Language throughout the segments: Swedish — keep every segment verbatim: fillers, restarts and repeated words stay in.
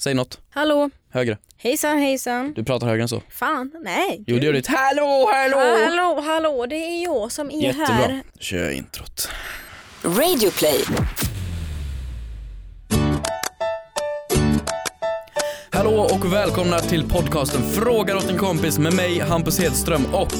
Säg något. Hallå. Högre. Hejsan, hejsan. Du pratar högre än så. Fan, nej. Jo, det gör ditt. Hallå, hallå. Hallå, hallå. Det är jag som är Jättebra. här. Jättebra. Kör introt. Radioplay. Hallå och välkomna till podcasten Frågar åt en kompis med mig, Hampus Hedström och...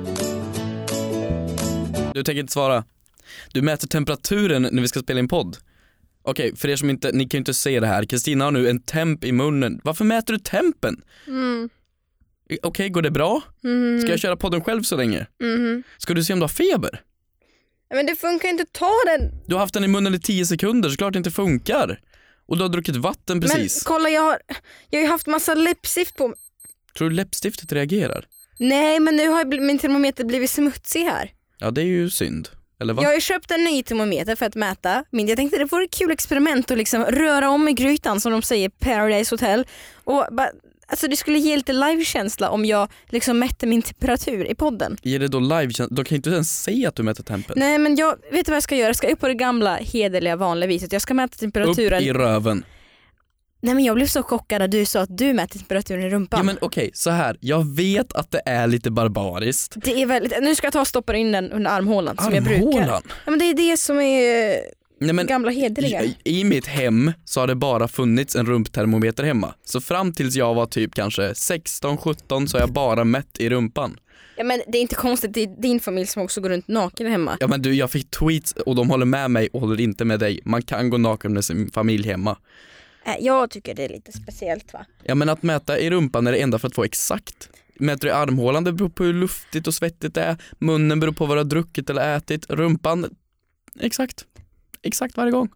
Du tänker inte svara. Du mäter temperaturen när vi ska spela in podd. Okej, för er som inte, ni kan ju inte se det här. Kristina har nu en temp i munnen. Varför mäter du tempen? Mm. Okej, går det bra? Mm. Ska jag köra podden själv så länge? Mm. Ska du se om du har feber? Men det funkar inte, ta den. Du har haft den i munnen i tio sekunder, så klart det inte funkar. Och du har druckit vatten precis. Men kolla, jag har, jag har ju haft massa läppstift på. Tror du läppstiftet reagerar? Nej, men nu har jag bl- min termometer blivit smutsig här. Ja, det är ju synd. Eller vad? Jag har ju köpt en ny termometer för att mäta. Men jag tänkte det vore ett kul experiment att liksom röra om i grytan, som de säger, Paradise Hotel. Och bara, alltså det skulle ge lite livekänsla om jag liksom mätte min temperatur i podden. Ger det då live? Då kan inte ens säga att du mäter tempen. Nej, men jag vet du vad jag ska göra? Jag ska upp på det gamla hederliga vanliga viset. Jag ska mäta temperaturen. Upp i röven. Nej, men jag blev så chockad när du sa att du mäter temperaturen i rumpan. Ja, men okej, okay, så här. Jag vet att det är lite barbariskt. Det är väldigt... Nu ska jag ta och stoppa in den under armhålan som Armhålan? jag brukar. Ja, men det är det som är Nej, men gamla hederliga. I, I mitt hem så har det bara funnits en rumptermometer hemma. Så fram tills jag var typ kanske sexton sjutton så har jag bara mätt i rumpan. Ja, men det är inte konstigt, det är din familj som också går runt naken hemma. Ja, men du, jag fick tweets och de håller med mig och håller inte med dig. Man kan gå naken med sin familj hemma. Jag tycker det är lite speciellt, va? Ja, men att mäta i rumpan är det enda för att få exakt. Mäter du i armhålan, det beror på hur luftigt och svettigt det är. Munnen beror på vad du har druckit eller ätit. Rumpan, exakt. Exakt varje gång.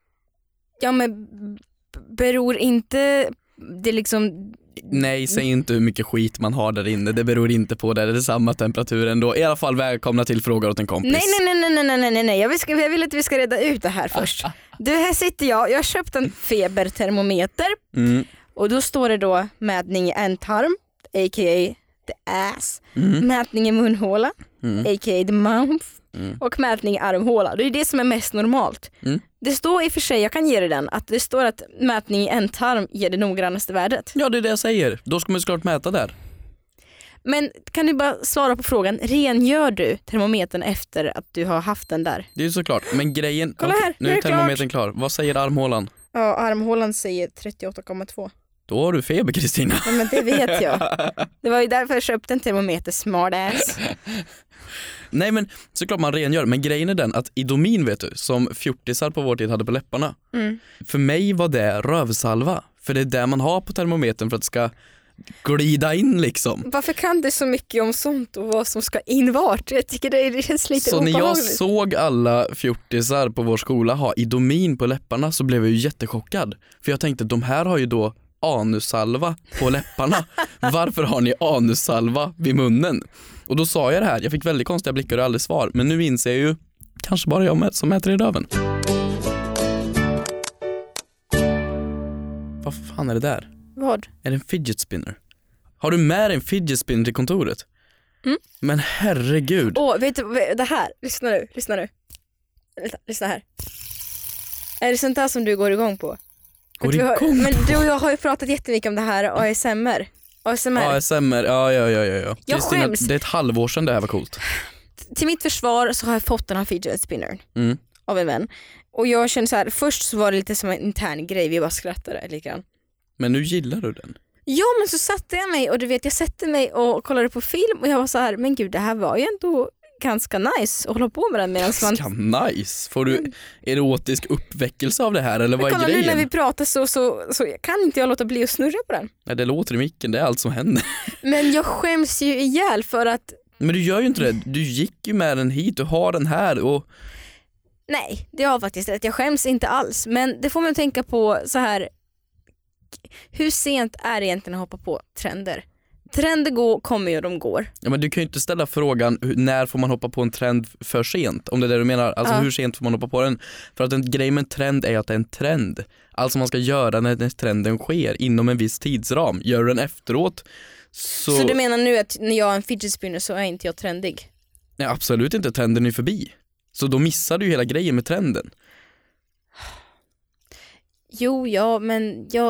Ja, men beror inte det liksom... Nej, säg inte hur mycket skit man har där inne. Det beror inte på det. Det är samma temperatur ändå. I alla fall välkomna till Frågar åt en kompis. Nej, nej, nej, nej, nej, nej, nej. Jag vill, jag vill att vi ska reda ut det här först. Du, här sitter jag. Jag har köpt en febertermometer. Mm. Och då står det då mätning i ändtarm, a k a the ass. Mm. Mätning i munhåla, Mm. a k a the mouth. Mm. Och mätning i armhåla. Det är det som är mest normalt. Mm. Det står i och för sig, jag kan ge dig den, att det står att mätning i ändtarm ger det noggrannaste värdet. Ja, det är det jag säger. Då ska man såklart mäta där. Men kan du bara svara på frågan, rengör du termometern efter att du har haft den där? Det är ju såklart. Men grejen... Kolla här, nu nu är är det termometern klar. Vad säger armhålan? Ja, armhålan säger trettioåtta komma två. Då har du feber, Kristina. Ja, men det vet jag. Det var ju därför jag köpte en termometer, smart ass. Nej, men såklart man rengör. Men grejen är den att Idomin, vet du, som fjortisar på vår tid hade på läpparna. Mm. För mig var det rövsalva. För det är det man har på termometern för att det ska glida in liksom. Varför kan du så mycket om sånt och vad som ska in vart? Jag tycker det, det känns lite Så obehagligt. när jag såg alla fjortisar på vår skola ha Idomin på läpparna så blev jag ju jättechockad. För jag tänkte, de här har ju då anussalva på läpparna. Varför har ni anussalva vid munnen? Och då sa jag det här. Jag fick väldigt konstiga blickar och aldrig svar. Men nu inser jag ju, kanske bara jag med, som mäter i röven. Vad fan är det där? Vad? Är det en fidget spinner? Har du med dig en fidget spinner till kontoret? Mm. Men herregud. Åh, vet du, det här, lyssna nu, lyssna nu. Lyssna, lyssna här. Är det sånt där som du går igång på? Går vi har, igång men på? du och jag har ju pratat jättemycket om det här A S M R. A S M R. A S M R, ja ja ja ja. ja. Jag Kristina, skäms. det är ett halvår sedan det här var coolt. Till mitt försvar så har jag fått den här fidget spinner Mm. av en vän. Och jag känner så här, först så var det lite som en intern grej, vi bara skrattade lite grann. Men nu gillar du den. Ja, men så satte jag mig och du vet, jag satte mig och kollade på film och jag var så här, men gud, det här var ju ändå ganska nice att hålla på med den medan man... Ganska nice. Får du erotisk uppväckelse av det här eller Men vad är kolla, grejen? nu när vi pratar så, så, så kan inte jag låta bli att snurra på den. Nej, det låter i micken, det är allt som händer. Men jag skäms ju ihjäl för att... Men du gör ju inte det. Du gick ju med den hit, du har den här och... Nej, det har faktiskt rätt. Jag skäms inte alls. Men det får man tänka på så här. Hur sent är det egentligen att hoppa på trender? Trender går, kommer ju och de går. Ja, men du kan ju inte ställa frågan hur- när får man hoppa på en trend för sent, om det är det du menar. Alltså Ja. hur sent får man hoppa på den? För att en grej med en trend är att det är en trend. Alltså man ska göra när den trenden sker inom en viss tidsram. Gör den efteråt så... Så du menar nu att när jag är en fidget spinner så är inte jag trendig? Nej, absolut inte, trenden är förbi. Så då missar du ju hela grejen med trenden. Jo, ja, men jag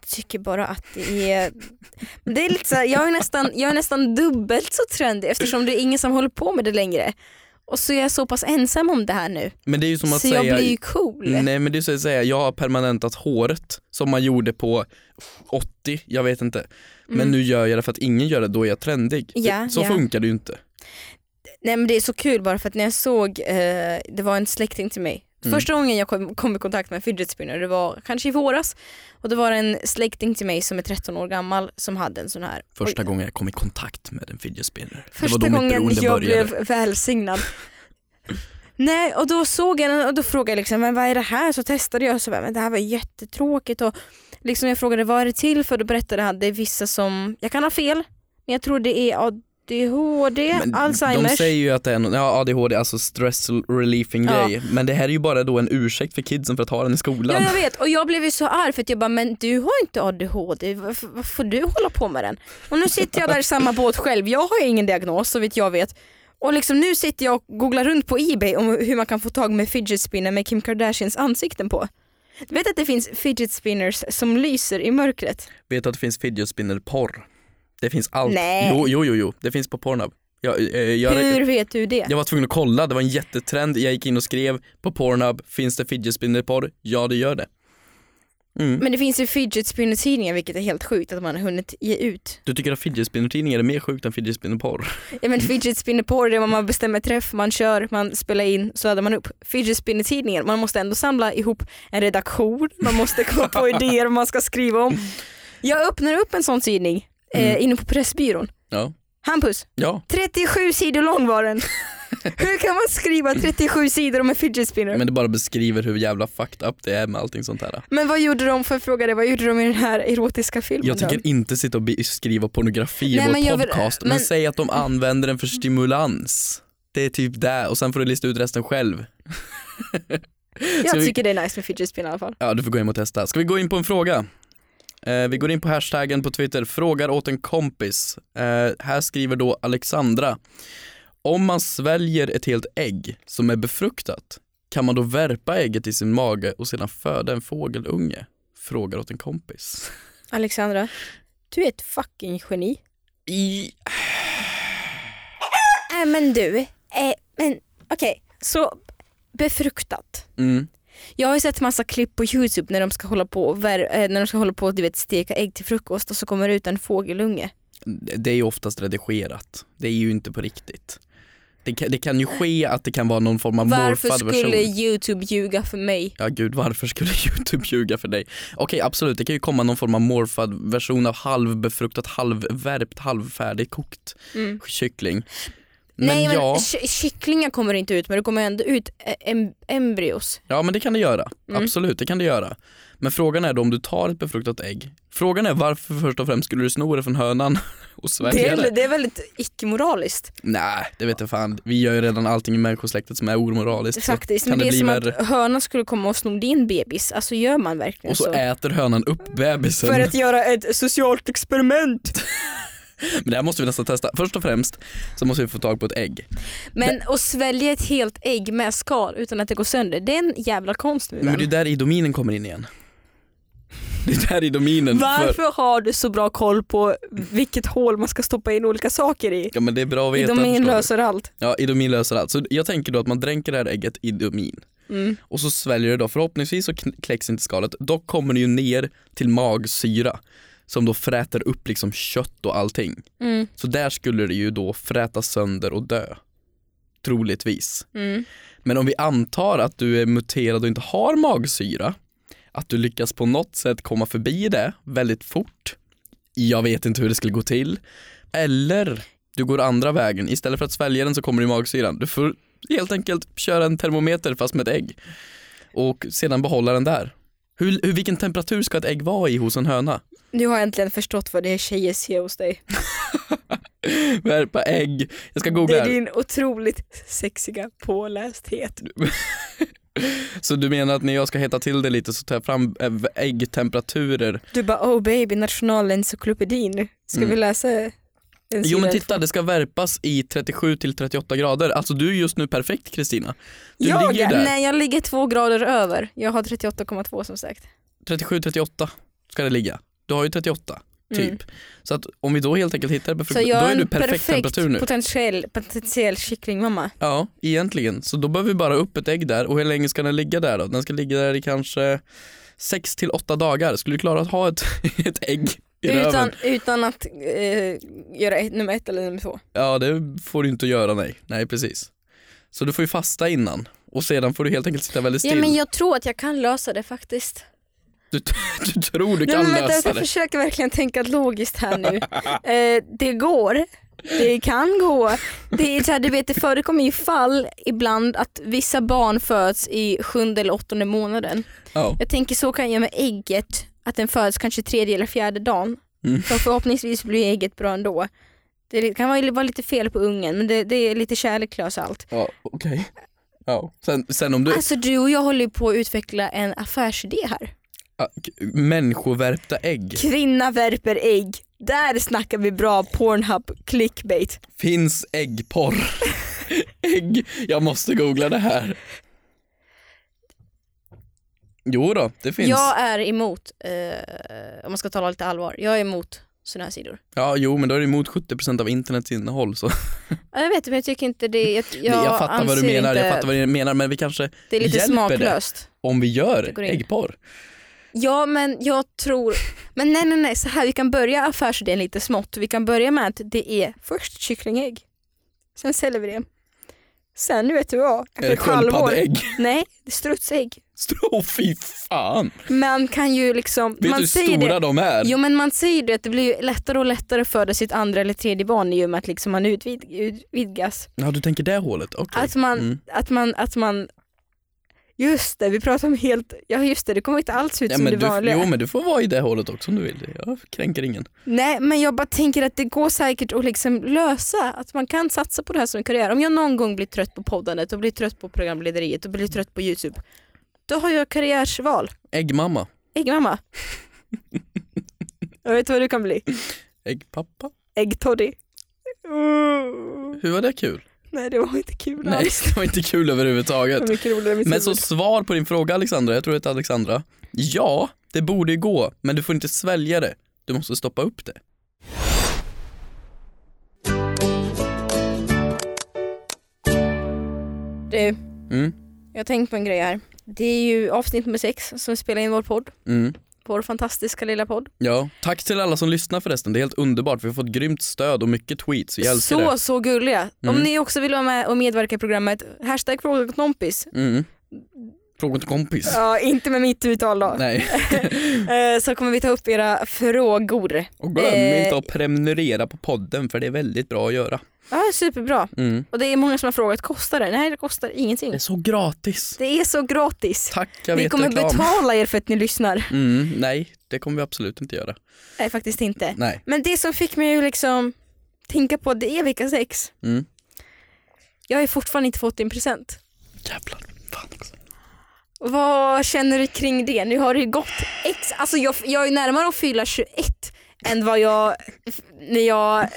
tycker bara att det är, det är lite så här, jag är nästan, jag är nästan dubbelt så trendig eftersom det är ingen som håller på med det längre. Och så är jag så pass ensam om det här nu. Men det är ju som att så säga, jag blir ju cool. Nej, men det är så att säga, jag har permanentat håret som man gjorde på åttio, jag vet inte. Men Mm. nu gör jag det för att ingen gör det, då är jag trendig. Ja, så ja. funkar det ju inte. Nej men det är så kul bara för att när jag såg, eh, det var en släkting till mig. Mm. Första gången jag kom, kom i kontakt med en fidget spinner, det var kanske i våras. Och det var en släkting till mig som är tretton år gammal som hade en sån här. Första och, gången jag kom i kontakt med en fidget spinner. Första det var då mitt gången beroende jag började. blev välsignad. Nej, och då såg jag den och då frågade jag liksom, men vad är det här? Så testade jag och så bara, men det här var jättetråkigt. Och liksom jag frågade, vad är det till för? Då berättade han, det är vissa som, jag kan ha fel, men jag tror det är A D H D, Men Alzheimers. de säger ju att det är no- ja, A D H D, alltså stress relieving Ja. grej. Men det här är ju bara då en ursäkt för kidsen för att ha den i skolan. Ja, jag vet, och jag blev ju så arg för att jag bara, men du har inte A D H D, varför, varför får du hålla på med den? Och nu sitter jag där i samma båt själv, jag har ju ingen diagnos så vitt jag vet. Och liksom nu sitter jag och googlar runt på eBay om hur man kan få tag med fidget spinner med Kim Kardashians ansikten på. Du vet att det finns fidget spinners som lyser i mörkret? Vet du att det finns fidget spinner porr? Det finns allt. Nej. Jo, jo, jo, jo. Det finns på Pornhub. Jag, eh, jag, Hur vet du det? jag var tvungen att kolla, det var en jättetrend. Jag gick in och skrev på Pornhub, finns det fidget spinner porr? Ja, det gör det. Mm. Men det finns ju fidget spinner tidningar, vilket är helt sjukt att man har hunnit ge ut. Du tycker att fidget spinner tidningar är mer sjukt än fidget spinner porr? Ja, men fidget spinner porr, det är vad man bestämmer träff, man kör, man spelar in, så laddar man upp. Fidget spinner tidningar, man måste ändå samla ihop en redaktion, man måste komma på idéer man ska skriva om. Jag öppnar upp en sån tidning eh, Mm. inne på Pressbyrån. Ja. Hampus, Ja. trettiosju sidor lång var den. Hur kan man skriva trettiosju sidor om en fidget spinner? Men Men, det bara beskriver hur jävla fucked up det är med allting sånt här. vad gjorde de, för att fråga dig, vad gjorde de i den här erotiska filmen? Jag då? tänker inte sitta och skriva pornografi i Nej, vår men jag vill- podcast, men, men- säg att de använder den för stimulans. Det är typ det, och sen får du lista ut resten själv. Jag Ska vi- tycker det är nice med fidget spinner i alla fall. Ja, du får gå in och testa. Ska vi gå in på en fråga? Eh, vi går in på hashtaggen på Twitter, frågar åt en kompis. Eh, här skriver då Alexandra: om man sväljer ett helt ägg som är befruktat, kan man då värpa ägget i sin mage och sedan föda en fågelunge? Frågar åt en kompis. Alexandra, du är ett fucking geni. I... Nej äh, men du, eh, men okej, så befruktat. Mm. Jag har ju sett massa klipp på YouTube när de ska hålla på och ver- eh, när de ska hålla på du vet, steka ägg till frukost och så kommer det ut en fågelunge. Det är ju oftast redigerat. Det är ju inte på riktigt. Det kan, det kan ju ske att det kan vara någon form av Varför morfad skulle version. YouTube ljuga för mig? Ja gud, varför skulle YouTube ljuga för dig? Okej, absolut, det kan ju komma någon form av morfad version av halvbefruktat, halvvärpt, halvfärdig kokt Mm. kyckling. Men Nej men ja, ky- kycklingar kommer inte ut, men det kommer ändå ut eh, em- embryos. ja men det kan det göra. Mm. Absolut, det kan det göra. Men frågan är då om du tar ett befruktat ägg. Frågan är varför först och främst skulle du sno det från hönan och Det svälja det? är, det är väldigt icke-moraliskt Nej, det vet jag fan. Vi gör ju redan allting i människosläktet som är omoraliskt. så faktiskt. kan Men det, det är bli som värre. att hönan skulle komma och sno din bebis. Alltså gör man verkligen Och så så? äter hönan upp bebisen. För att göra ett socialt experiment. Men det här måste vi nästan testa. Först och främst så måste vi få tag på ett ägg. Men att svälja ett helt ägg med skal utan att det går sönder, det är en jävla konst med Men det är den. där idominen kommer in igen. Det är där idominen. För, Varför har du så bra koll på vilket hål man ska stoppa in olika saker i? ja men det är bra att veta. Idomin förstår du. löser allt. Ja, idomin löser allt. Så jag tänker då att man dränker det här ägget i idomin. Mm. Och så sväljer det då. Förhoppningsvis så kn- kläcks inte skalet. Dock kommer det ju ner till magsyra. Som då fräter upp liksom kött och allting. Mm. Så där skulle det ju då fräta sönder och dö. Troligtvis. Mm. Men om vi antar att du är muterad och inte har magsyra, att du lyckas på något sätt komma förbi det väldigt fort. Jag vet inte hur det skulle gå till. Eller du går andra vägen. Istället för att svälja den så kommer det i magsyran. Du får helt enkelt köra en termometer fast med ett ägg. Och sedan behålla den där. Hur, hur, vilken temperatur ska ett ägg vara i hos en höna? Du har äntligen förstått vad det är tjejer ser hos dig. Värpa ägg. Jag ska googla Det är här. din otroligt sexiga pålästhet. Så du menar att när jag ska heta till det lite så tar jag fram äh, äggtemperaturer. Du bara, oh baby, nationalencyklopedin. Ska Mm. vi läsa en Jo sida men eller titta, två? det ska värpas i trettiosju till trettioåtta grader. Alltså du är just nu perfekt, Kristina. Du Jag, ligger där. nej, jag ligger två grader över. Jag har trettioåtta komma två som sagt. trettiosju trettioåtta ska det ligga. Du har ju trettioåtta typ. Mm. Så att om vi då helt enkelt hittar det, Så då jag är är du en perfekt, perfekt temperatur nu. potentiell, potentiell kycklingmamma. Ja, egentligen. Så då behöver vi bara upp ett ägg där. Och hur länge ska den ligga där då? Den ska ligga där i kanske sex till åtta dagar. Skulle du klara att ha ett, ett ägg i Utan, röven? utan att eh, göra ett, nummer ett eller nummer två. Ja, det får du inte göra, nej. Nej, precis. Så du får ju fasta innan. Och sedan får du helt enkelt sitta väldigt still. Ja, men jag tror att jag kan lösa det faktiskt. Du, du tror du Nej, kan men vänta, lösa jag det? försöker verkligen tänka logiskt här nu. eh, det går. Det kan gå. Det, är så här, du vet, det förekommer ju fall ibland att vissa barn föds i sjunde eller åttonde månaden. Ja. Jag tänker så kan jag göra med ägget. Att den föds kanske tredje eller fjärde dagen. Mm. Så förhoppningsvis blir ägget bra ändå. Det kan vara, vara lite fel på ungen, men det, det är lite kärleklös allt. Ja, okej. Okay. Ja. Sen, sen om du... Alltså du och jag håller ju på att utveckla en affärsidé här. Ja, människovärpta ägg. Kvinna värper ägg. Där snackar vi bra Pornhub clickbait. Finns äggporr? Ägg. Jag måste googla det här. Jo då, det finns. Jag är emot, eh, om man ska tala lite allvar, jag är emot såna här sidor. Ja, jo, men då är det emot sjuttio procent av internets innehåll. Så. Ja, jag vet, men jag tycker inte det. Jag, jag, Nej, jag fattar vad du menar, inte, jag fattar vad du menar, men vi kanske det är lite hjälper smaklöst. det om vi gör Det går in. äggporr. Ja, men jag tror, men nej nej nej, så här, vi kan börja affärsidén lite smått. Vi kan börja med att det är först kycklingägg. Sen säljer vi det. Sen, nu vet du vad, efter Är det ett halvår. sköldpaddeägg? Nej, det är strutsägg. Åh, fy fan. Man kan ju liksom, Vet man du hur säger stora det. de är? Jo, men man säger det att det blir lättare och lättare att föda sitt andra eller tredje barn i och med att liksom man utvid, utvidgas. Ja, du tänker det hålet, okej. Okay. Att man, Mm. att man, att man, just det, vi pratar om helt, ja just det, det kommer inte alls ut Ja, som men det du, vanliga. jo, men du får vara i det hålet också om du vill. Jag kränker ingen. Nej, men jag bara tänker att det går säkert att liksom lösa, att man kan satsa på det här som karriär. Om jag någon gång blir trött på poddandet och blir trött på programlederiet och blir trött på YouTube, då har jag karriärsval. Äggmamma. Äggmamma. Jag vet vad du kan bli. Äggpappa. Äggtoddy. Uh. Hur var det kul? Nej, det var inte kul Nej, alls. det var inte kul överhuvudtaget. Det var mycket roligare än mitt Men så huvud. svar på din fråga, Alexandra, jag tror det är Alexandra. Ja, det borde ju gå, men du får inte svälja det. Du måste stoppa upp det. Du, Mm, jag har tänkt på en grej här. Det är ju avsnitt nummer sex som spelar in vår podd. mm. Vår fantastiska lilla podd. Ja, tack till alla som lyssnar förresten. Det är helt underbart. Vi har fått grymt stöd och mycket tweets. Vi älskar Så, det. så gulliga. Om Mm. ni också vill vara med och medverka i programmet, hashtag fråga till kompis. Mm. Fråga till kompis. Ja, inte med mitt uttal då. Nej. Eh, så kommer vi ta upp era frågor. Och glöm Eh. inte att prenumerera på podden, för det är väldigt bra att göra. Ja, superbra. Mm. Och det är många som har frågat, kostar det? Nej, det kostar ingenting. Det är så gratis. Det är så gratis. Tack, jag Vi vet kommer reklam. betala er för att ni lyssnar. Mm, nej, det kommer vi absolut inte göra. Nej, faktiskt inte. Nej. Men det som fick mig att liksom tänka på, det är vecka sex. Mm. Jag har ju fortfarande inte fått din present. Jävlar, fan också. Vad känner du kring det? Nu har det ju gått ex... Alltså jag, jag är närmare att fylla tjugoett än vad jag... När jag...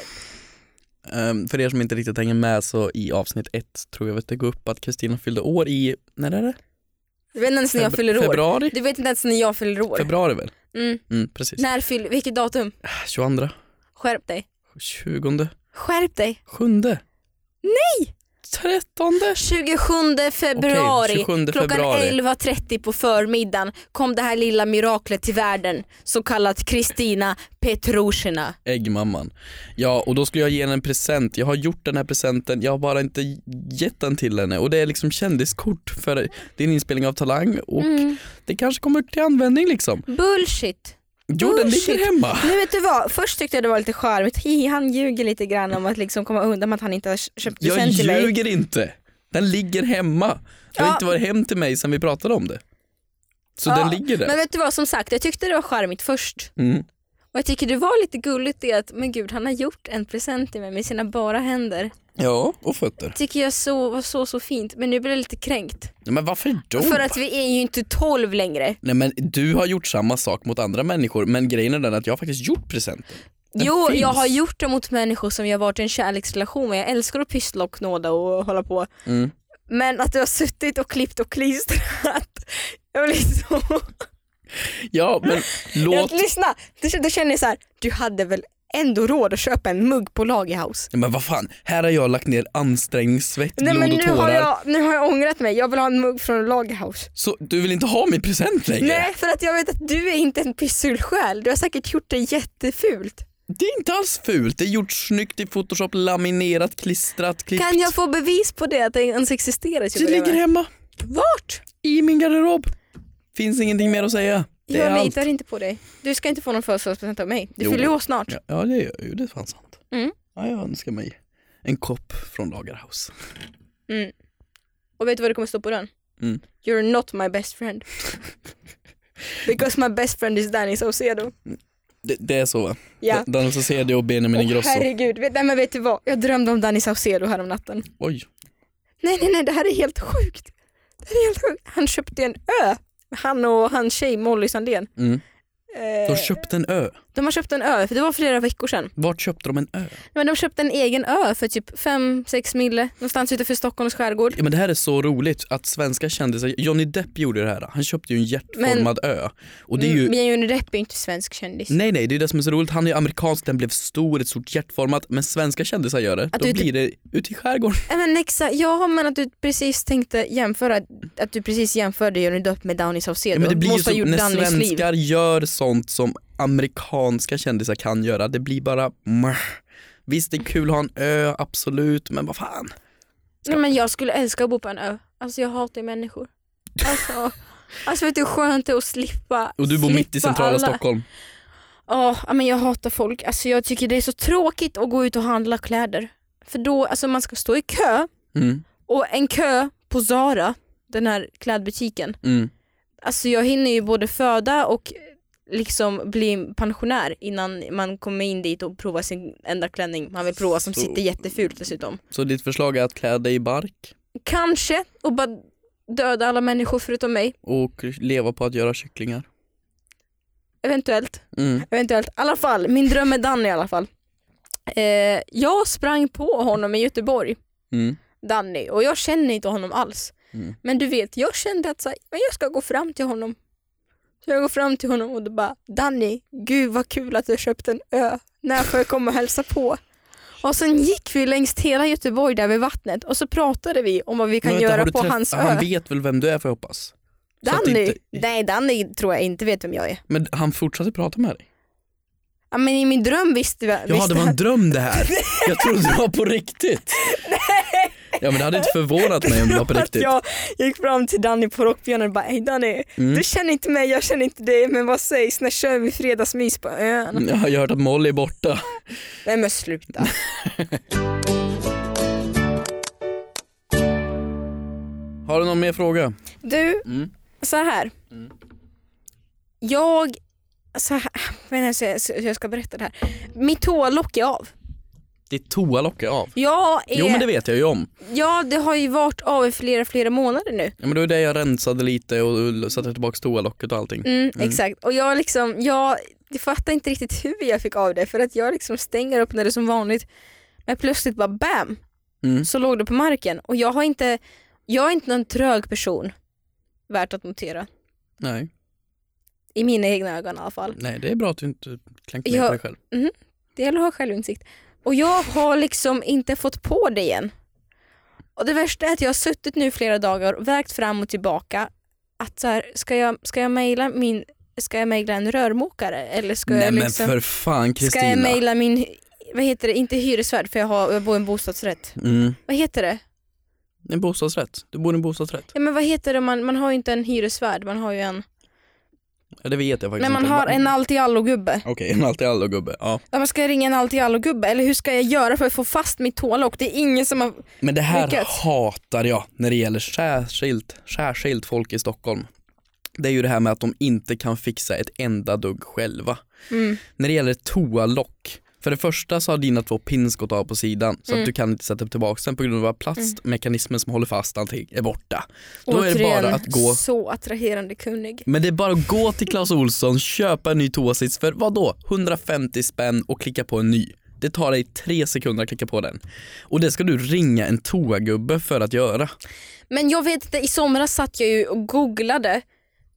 Um, för er som inte riktigt hänger med, så i avsnitt ett tror jag att det går upp att Kristina fyllde år i, när är det? Du vet inte ens när jag Febru- fyller år. Februari? Du vet inte ens när jag fyller år. Februari väl? Mm. Mm, precis. När fyller... Vilket datum? tjugoandra, Skärp dig. tjugonde, Skärp dig. sjunde. Nej! trettonde. tjugosjunde februari, Okej, tjugosjunde klockan februari. elva trettio på förmiddagen kom det här lilla miraklet till världen, så kallat Kristina Petrushina. Äggmamman. Ja, och då skulle jag ge henne en present. Jag har gjort den här presenten, jag har bara inte gett den till henne. Och det är liksom kändiskort för det är en inspelning av Talang. Och Mm. det kanske kommer till användning liksom. Bullshit. Jo, den Bullshit. ligger hemma. Nu vet du vad, först tyckte jag det var lite charmigt. Hi, han ljuger lite grann om att liksom komma undan med att han inte har köpt Jag present till mig. ljuger inte. Den ligger hemma. Det har Ja. inte varit hem till mig sedan vi pratade om det. Så Ja, den ligger där. Men vet du vad, som sagt, jag tyckte det var charmigt först. Mm. Och jag tycker det var lite gulligt det att, men gud, han har gjort en present till mig med sina bara händer. Ja, och fötter. Tycker jag så, var så så fint, men nu blir jag lite kränkt. Men varför då? För att vi är ju inte tolv längre. Nej, men du har gjort samma sak mot andra människor, men grejen är den att jag har faktiskt gjort presenten. Den Jo, finns. jag har gjort det mot människor som jag har varit i en kärleksrelation med. Jag älskar att pyssla och knåda och hålla på. Mm. Men att du har suttit och klippt och klistrat, jag blir så... Ja, men låt... Jag, lyssna, då känner jag så här, du hade väl ändå råd att köpa en mugg på Lagerhaus. Ja, men vad fan, här har jag lagt ner ansträngning, svett, Nej, blod men och nu tårar. har, jag, nu har jag ångrat mig, jag vill ha en mugg från Lagerhaus. Så du vill inte ha min present längre? Nej, för att jag vet att du är inte en pissulsjäl. Du har säkert gjort det jättefult. Det är inte alls fult, det är gjort snyggt i Photoshop, laminerat, klistrat, klippt. Kan jag få bevis på det, att det ens existerar? Det ligger hemma. Vart? I min garderob. Finns ingenting mer att säga. Det är Jag allt. litar inte på dig. Du ska inte få någon födelsedagspresent av mig. Du Jo. fyller ju år snart. Ja, ja, det gör ju, det är fan sant. Mm. Ja, jag önskar mig en kopp från Lagerhaus. Mm. Och vet du vad det kommer stå på den? Mm. You're not my best friend. Because my best friend is Danny Saucedo. Det, det är så va? Ja. Danny Saucedo och Benjamin Åh, Ingrosso. herregud, vet, nej, men vet du vad? Jag drömde om Danny Saucedo här om natten. Oj. Nej, nej, nej, det här är helt sjukt. Det här är helt sjukt. Han köpte en ö. Han och hans tjej Molly Sandén. Mm. Eh, De köpte en ö. de har köpt en ö, för det var flera veckor sedan. Vart köpte de en ö? Men de köpte en egen ö för typ fem sex mille någonstans utanför Stockholms skärgård. Ja, men det här är så roligt att svenska kändisar, Johnny Depp gjorde det här. Han köpte ju en hjärtformad ö. Och det är ju... Men Johnny Depp är inte svensk kändis. Nej nej, det är det som är så roligt. Han är amerikansk, den blev stor, ett stort hjärtformat. Men svenska kändisar gör det. Att Då du- blir det ute i skärgården. Ja, men exakt. Ja, men att du precis tänkte jämföra, att du precis jämförde Johnny Depp med Danny Saucedo. Ja, men det blir ju Måste ha så, gjort när Dannys liv. svenskar gör sånt som amerikanska kändisar kan göra. Det blir bara... Meh. Visst, det är kul att ha en ö, absolut. Men vad fan. Nej, men jag skulle älska att bo på en ö. Alltså jag hatar människor. Alltså, alltså vet du hur skönt det är att slippa. Och du bor mitt i slippa centrala alla. Stockholm. Ja, men jag hatar folk. Alltså jag tycker det är så tråkigt att gå ut och handla kläder. För då, alltså man ska stå i kö. Mm. Och en kö på Zara, den här klädbutiken. Mm. Alltså jag hinner ju både föda och liksom bli pensionär innan man kommer in dit och provar sin enda klänning man vill prova som Så. sitter jättefult dessutom. Så ditt förslag är att klä dig i bark Kanske, och bara döda alla människor förutom mig. och leva på att göra kycklingar. Eventuellt. Mm. Eventuellt. I alla fall, min dröm är Danny i alla fall. Eh, jag sprang på honom i Göteborg, Mm. Danny, och jag känner inte honom alls. Mm. Men du vet, jag kände att så här, men jag ska gå fram till honom. Så jag går fram till honom och då bara, Danny, gud vad kul att du har köpt en ö. När får jag komma och hälsa på? Och sen gick vi längs hela Göteborg där vid vattnet och så pratade vi om vad vi kan Men vänta, har göra du på träff- hans ö. Han vet väl vem du är, för jag hoppas. Så att Danny? inte- Nej, Danny tror jag inte vet vem jag är. Men han fortsatte prata med dig. Ja, men i min dröm visste vi. Ja, det var en dröm det här. Jag trodde det var på riktigt. Ja, men det hade inte förvånat mig om det var på riktigt. Jag gick fram till Danny på rockbjörnen och bara, hej Danny, Mm. du känner inte mig, jag känner inte dig, men vad sägs, när kör vi fredagsmys på ön? Jag har ju hört att Molly är borta. Nej men sluta. Har du någon mer fråga? Du, Mm. så här. Mm. Jag, så här, men jag, ska, jag ska berätta det här. Mitt toalock är av. Ditt toalock är av. Jag är, Jo, men det vet jag ju om. Ja, det har ju varit av i flera, flera månader nu. Ja, men det var det jag rensade lite och satte tillbaka toalocket och allting. Mm, Mm. Exakt. Och jag liksom, jag, jag fattar inte riktigt hur jag fick av det, för att jag liksom stänger upp när det är som vanligt. Men plötsligt bara bam, Mm. så låg det på marken. Och jag har inte, jag är inte någon trög person, värt att notera. Nej. I mina egna ögon i alla fall. Nej, det är bra att du inte klänkte ner Jag- på dig själv. Det gäller att ha självinsikt. Och jag har liksom inte fått på det igen. Och det värsta är att jag har suttit nu flera dagar och vägt fram och tillbaka. Att så här, ska jag, ska jag mejla min, ska jag mejla en rörmokare? Eller ska Nej jag men liksom, för fan, ska jag Kristina. mejla min, vad heter det, inte hyresvärd för jag, har, jag bor i en bostadsrätt. Mm. Vad heter det? En bostadsrätt. Du bor i en bostadsrätt. Ja, men vad heter det, man, man har ju inte en hyresvärd, man har ju en, Ja, det vet jag faktiskt men man inte. har en allt i allo gubbe. Okej, en allt i allo gubbe. Ja. Ja, man ska jag ringa en allt i allo gubbe, eller hur ska jag göra för att få fast mitt tålock? Det är ingen som har... Men det här Lyckats. hatar jag när det gäller särskilt, särskilt folk i Stockholm. Det är ju det här med att de inte kan fixa ett enda dugg själva. Mm. När det gäller toalock, för det första så har dina två pins gått av på sidan så Mm. att du kan inte sätta upp tillbaka den på grund av att plastmekanismen som håller fast allting är borta. Då är det Återigen, bara att gå. så attraherande kunnig. Men det är bara att gå till Clas Ohlson, köpa en ny toasits för vad då? hundrafemtio spänn och klicka på en ny. Det tar dig tre sekunder att klicka på den. Och det ska du ringa en toagubbe för att göra. Men jag vet inte, i somras satt jag ju och googlade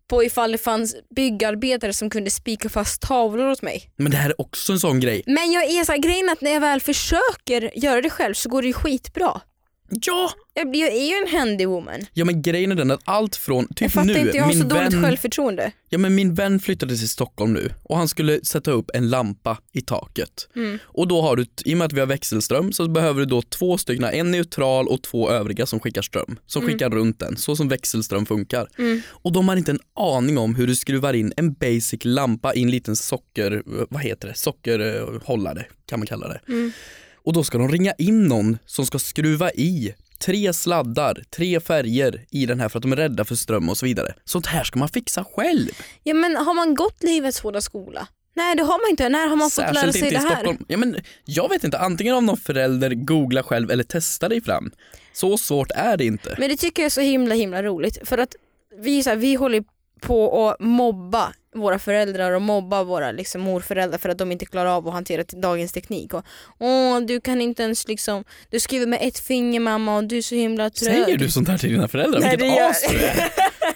på ifall det fanns byggarbetare som kunde spika fast tavlor åt mig. Men det här är också en sån grej. Men jag är så här, grejen att när jag väl försöker göra det själv så går det ju skitbra. Ja! Jag, jag är ju en handy woman. Ja, men grejen är den att allt från typ jag fattar nu, inte, jag har min så vän, dåligt självförtroende. Ja, men min vän flyttade till Stockholm nu och han skulle sätta upp en lampa i taket. Mm. Och då har du, i och med att vi har växelström, så behöver du då två stycken, en neutral och två övriga som skickar ström. Som mm. skickar runt den, så som växelström funkar. Mm. Och de har inte en aning om hur du skruvar in en basic lampa i en liten socker, vad heter det, sockerhållare kan man kalla det. Mm. Och då ska de ringa in någon som ska skruva i tre sladdar, tre färger i den här för att de är rädda för ström och så vidare. Sånt här ska man fixa själv. Ja, men har man gått livets hårda skola? Nej, det har man inte. När har man fått lära sig det här? Stockholm. Ja, men jag vet inte, antingen om någon förälder googlar själv eller testar dig fram. Så svårt är det inte. Men det tycker jag är så himla himla roligt. För att vi, så här, vi håller på att mobba våra föräldrar och mobba våra liksom, morföräldrar för att de inte klarar av att hantera dagens teknik. Och, åh, du kan inte ens liksom, du skriver med ett finger mamma och du är så himla trög. Säger du sånt här till dina föräldrar? Nej, vilket gör... as du är.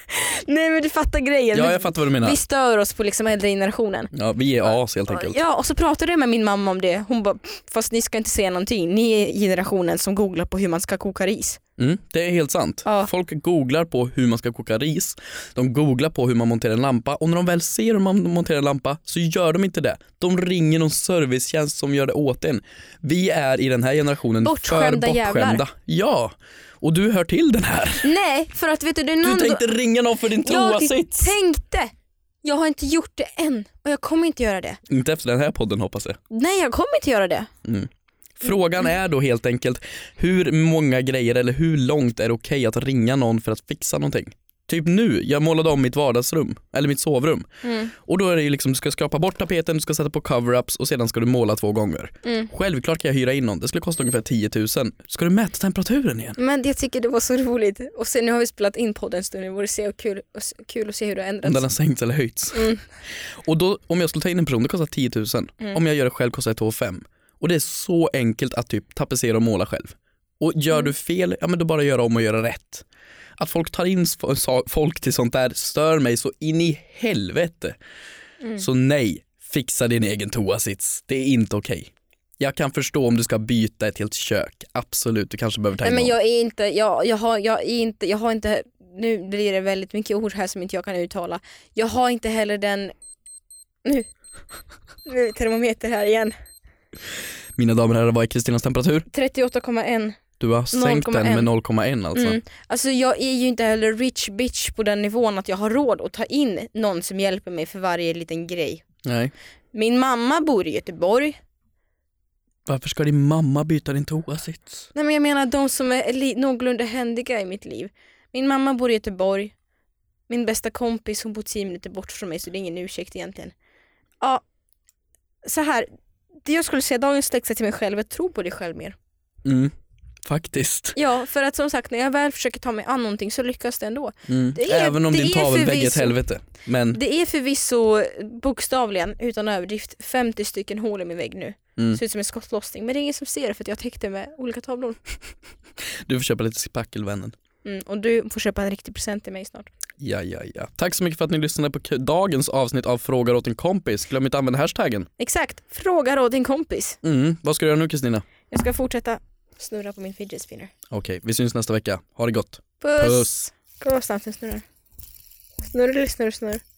Nej, men du fattar grejen. Ja, jag fattar vad du menar. Vi stör oss på liksom äldre generationen. Ja, vi är as helt enkelt. Ja, och så pratade jag med min mamma om det. Hon bara, fast ni ska inte säga någonting. Ni är generationen som googlar på hur man ska koka ris. Mm, det är helt sant. Ja. Folk googlar på hur man ska koka ris. De googlar på hur man monterar en lampa. Och när de väl ser hur man monterar en lampa så gör de inte det. De ringer någon servicetjänst som gör det åt en. Vi är i den här generationen bortskämda för bortskämda. Jävlar. Ja, och du hör till den här. Nej, för att vet du, det är någon... Du tänkte ringa någon för din toasits. Jag tänkte. Jag har inte gjort det än. Och jag kommer inte göra det. Inte efter den här podden hoppas jag. Nej, jag kommer inte göra det. Mm. Frågan är då helt enkelt hur många grejer eller hur långt är det okej att ringa någon för att fixa någonting? Typ nu, jag målade om mitt vardagsrum eller mitt sovrum. Mm. Och då är det ju liksom, du ska skrapa bort tapeten, du ska sätta på cover-ups och sedan ska du måla två gånger. Mm. Självklart kan jag hyra in någon, det skulle kosta ungefär tio tusen. Ska du mäta temperaturen igen? Men jag tycker det var så roligt. Och sen nu har vi spelat in podden en stund, det vore se kul, kul att se hur det har ändrats. Om den har sänkts eller höjts. Mm. Och då, om jag skulle ta in en person, det kostar tio tusen. Mm. Om jag gör det själv kostar det två fem. Och det är så enkelt att typ tapetsera och måla själv. Och gör mm. du fel, ja men då bara göra om och göra rätt. Att folk tar in folk till sånt där stör mig så in i helvete. Mm. Så nej, fixa din egen toasits. Det är inte okej. Okay. Jag kan förstå om du ska byta ett helt kök. Absolut, du kanske behöver ta in Nej, men någon. jag är inte, jag, jag, har, jag är inte, jag har inte, nu blir det väldigt mycket ord här som inte jag kan uttala. Jag har inte heller den, nu, nu är termometer här igen. Mina damer och herrar, vad är Kristinas temperatur? trettioåtta komma ett. Du har sänkt den med noll komma ett alltså. Mm. Alltså jag är ju inte heller rich bitch på den nivån att jag har råd att ta in någon som hjälper mig för varje liten grej. Nej. Min mamma bor i Göteborg. Varför ska din mamma byta din toasits? Nej, men jag menar de som är li- någorlunda händiga i mitt liv. Min mamma bor i Göteborg. Min bästa kompis, hon bor tio minuter bort från mig, så det är ingen ursäkt egentligen. Ja, så här. Det jag skulle säga, dagens läxa till mig själv, jag tror på dig själv mer. Mm. Faktiskt. Ja, för att som sagt, när jag väl försöker ta mig an någonting så lyckas det ändå. Mm. Det är, Även om din tavelvägg är ett helvete. Men... Det är förvisso bokstavligen, utan överdrift, femtio stycken hål i min vägg nu. Mm. Ser ut som en skottlossning. Men det är ingen som ser det för att jag täckte med olika tavlor. Du får köpa lite spackelvännen. Mm, och du får köpa en riktig present till mig snart. Ja, ja, ja. Tack så mycket för att ni lyssnade på dagens avsnitt av Frågar åt en kompis. Glöm inte att använda hashtaggen. Exakt, frågar åt en kompis. Mm. Vad ska du göra nu, Kristina? Jag ska fortsätta snurra på min fidget spinner. Okej, okay, vi syns nästa vecka. Ha det gott. Puss. Puss. Kolla snabbt den snurrar. Snurrar eller snurrar, snurrar.